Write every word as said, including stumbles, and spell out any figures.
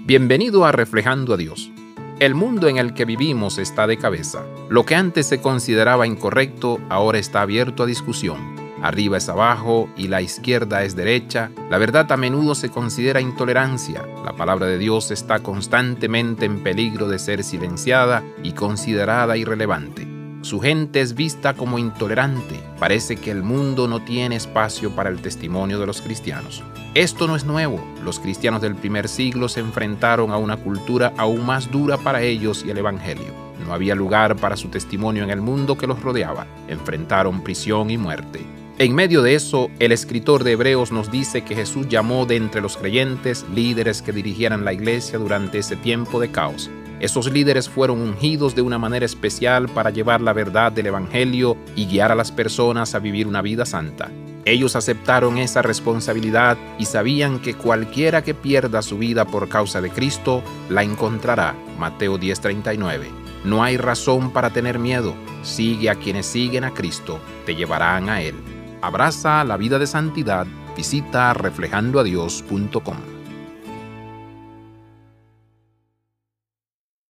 Bienvenido a Reflejando a Dios. El mundo en el que vivimos está de cabeza. Lo que antes se consideraba incorrecto ahora está abierto a discusión. Arriba es abajo y la izquierda es derecha. La verdad a menudo se considera intolerancia. La palabra de Dios está constantemente en peligro de ser silenciada y considerada irrelevante. Su gente es vista como intolerante. Parece que el mundo no tiene espacio para el testimonio de los cristianos. Esto no es nuevo. Los cristianos del primer siglo se enfrentaron a una cultura aún más dura para ellos y el Evangelio. No había lugar para su testimonio en el mundo que los rodeaba. Enfrentaron prisión y muerte. En medio de eso, el escritor de Hebreos nos dice que Jesús llamó de entre los creyentes líderes que dirigieran la iglesia durante ese tiempo de caos. Esos líderes fueron ungidos de una manera especial para llevar la verdad del Evangelio y guiar a las personas a vivir una vida santa. Ellos aceptaron esa responsabilidad y sabían que cualquiera que pierda su vida por causa de Cristo, la encontrará. Mateo diez treinta y nueve. No hay razón para tener miedo. Sigue a quienes siguen a Cristo, te llevarán a Él. Abraza la vida de santidad. Visita reflejando a dios punto com.